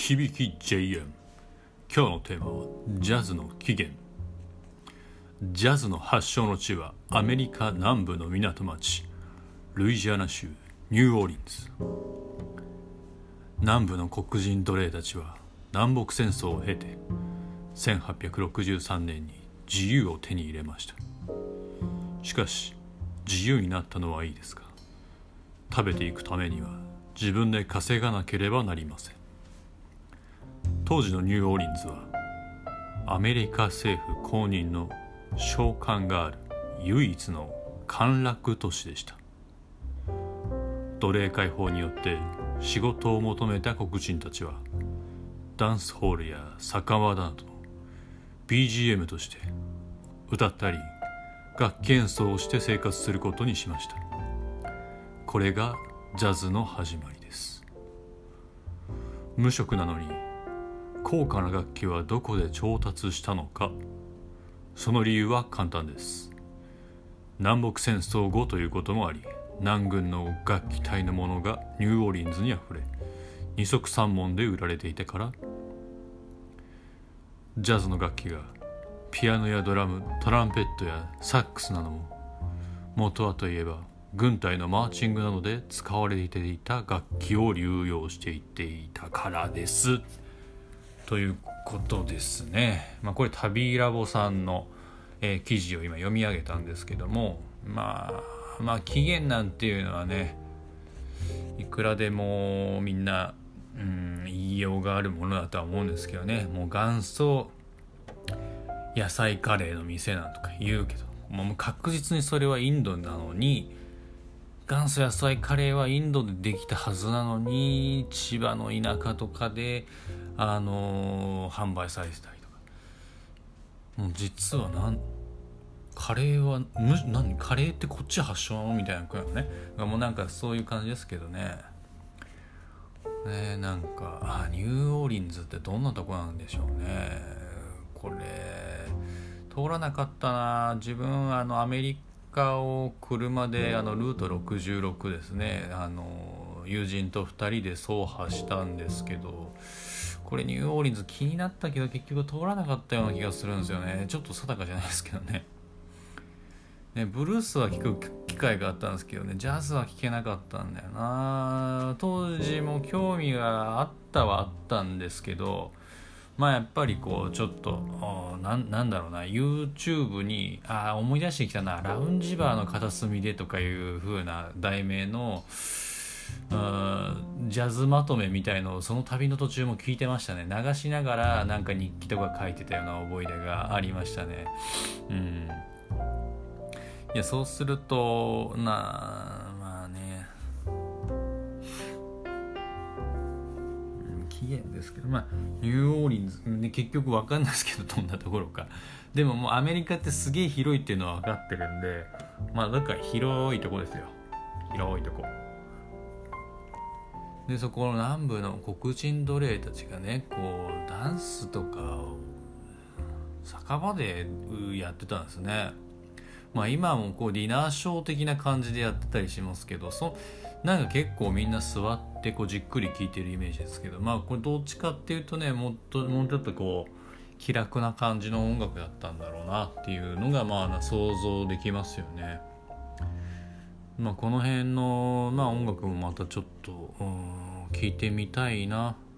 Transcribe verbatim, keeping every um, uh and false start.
響き ジェイエム。 今日のテーマはジャズの起源。ジャズの発祥の地はアメリカ南部の港町ルイジアナ州ニューオーリンズ。南部の黒人奴隷たちは南北戦争を経てせんはっぴゃくろくじゅうさんねんに自由を手に入れました。しかし自由になったのはいいですが、食べていくためには自分で稼がなければなりません。当時のニューオーリンズはアメリカ政府公認の商館がある唯一の歓楽都市でした。奴隷解放によって仕事を求めた黒人たちはダンスホールや酒場などの ビージーエム として歌ったり楽器演奏をして生活することにしました。これがジャズの始まりです。無職なのに高価な楽器はどこで調達したのか。その理由は簡単です。南北戦争後ということもあり、南軍の楽器隊のものがニューオーリンズにあふれ、二足三門で売られていたから。ジャズの楽器がピアノやドラム、トランペットやサックスなども、元はといえば軍隊のマーチングなどで使われていた楽器を流用していっていたからですということですね。まあ、これ旅ラボさんの、えー、記事を今読み上げたんですけども、まあまあ起源なんていうのはね、いくらでもみんな、うん、言いようがあるものだとは思うんですけどね。もう元祖野菜カレーの店なんとか言うけど、もう確実にそれはインドなのに、元祖野菜カレーはインドでできたはずなのに、千葉の田舎とかであのー、販売されてたりとか。もう実はなんカレーはむ何カレーってこっち発祥なのみたいな声のね、もうなんかそういう感じですけどね。ね、なんかあニューオーリンズってどんなとこなんでしょうね。これ通らなかったな。自分あのアメリカを車であのルートろくじゅうろくですね、あの友人とふたりで走破したんですけど、これニューオーリンズ気になったけど結局通らなかったような気がするんですよね。ちょっと定かじゃないですけどね。ね、ブルースは聴く機会があったんですけどね、ジャズは聴けなかったんだよな。当時も興味があったはあったんですけど、まあやっぱりこうちょっとな ん, なんだろうな YouTube にあ思い出してきたな、ラウンジバーの片隅でとかいう風な題名のジャズまとめみたいのをその旅の途中も聞いてましたね。流しながらなんか日記とか書いてたような思い出がありましたね。うんいやそうするとなまあね期限ですけど、まあニューオーリンズ、ね、結局分かんないですけどどんなところか。でももうアメリカってすげえ広いっていうのは分かってるんで、まあだから広いとこですよ。広いとこで、そこの南部の黒人奴隷たちがね、こうダンスとかを酒場でやってたんですね。まあ今もこうディナーショー的な感じでやってたりしますけど、そなんか結構みんな座ってこうじっくり聴いてるイメージですけど、まあこれどっちかっていうとね、もっともうちょっとこう気楽な感じの音楽だったんだろうなっていうのがまあ想像できますよね。まあこの辺のまあ音楽もまたちょっと聴いてみたいな。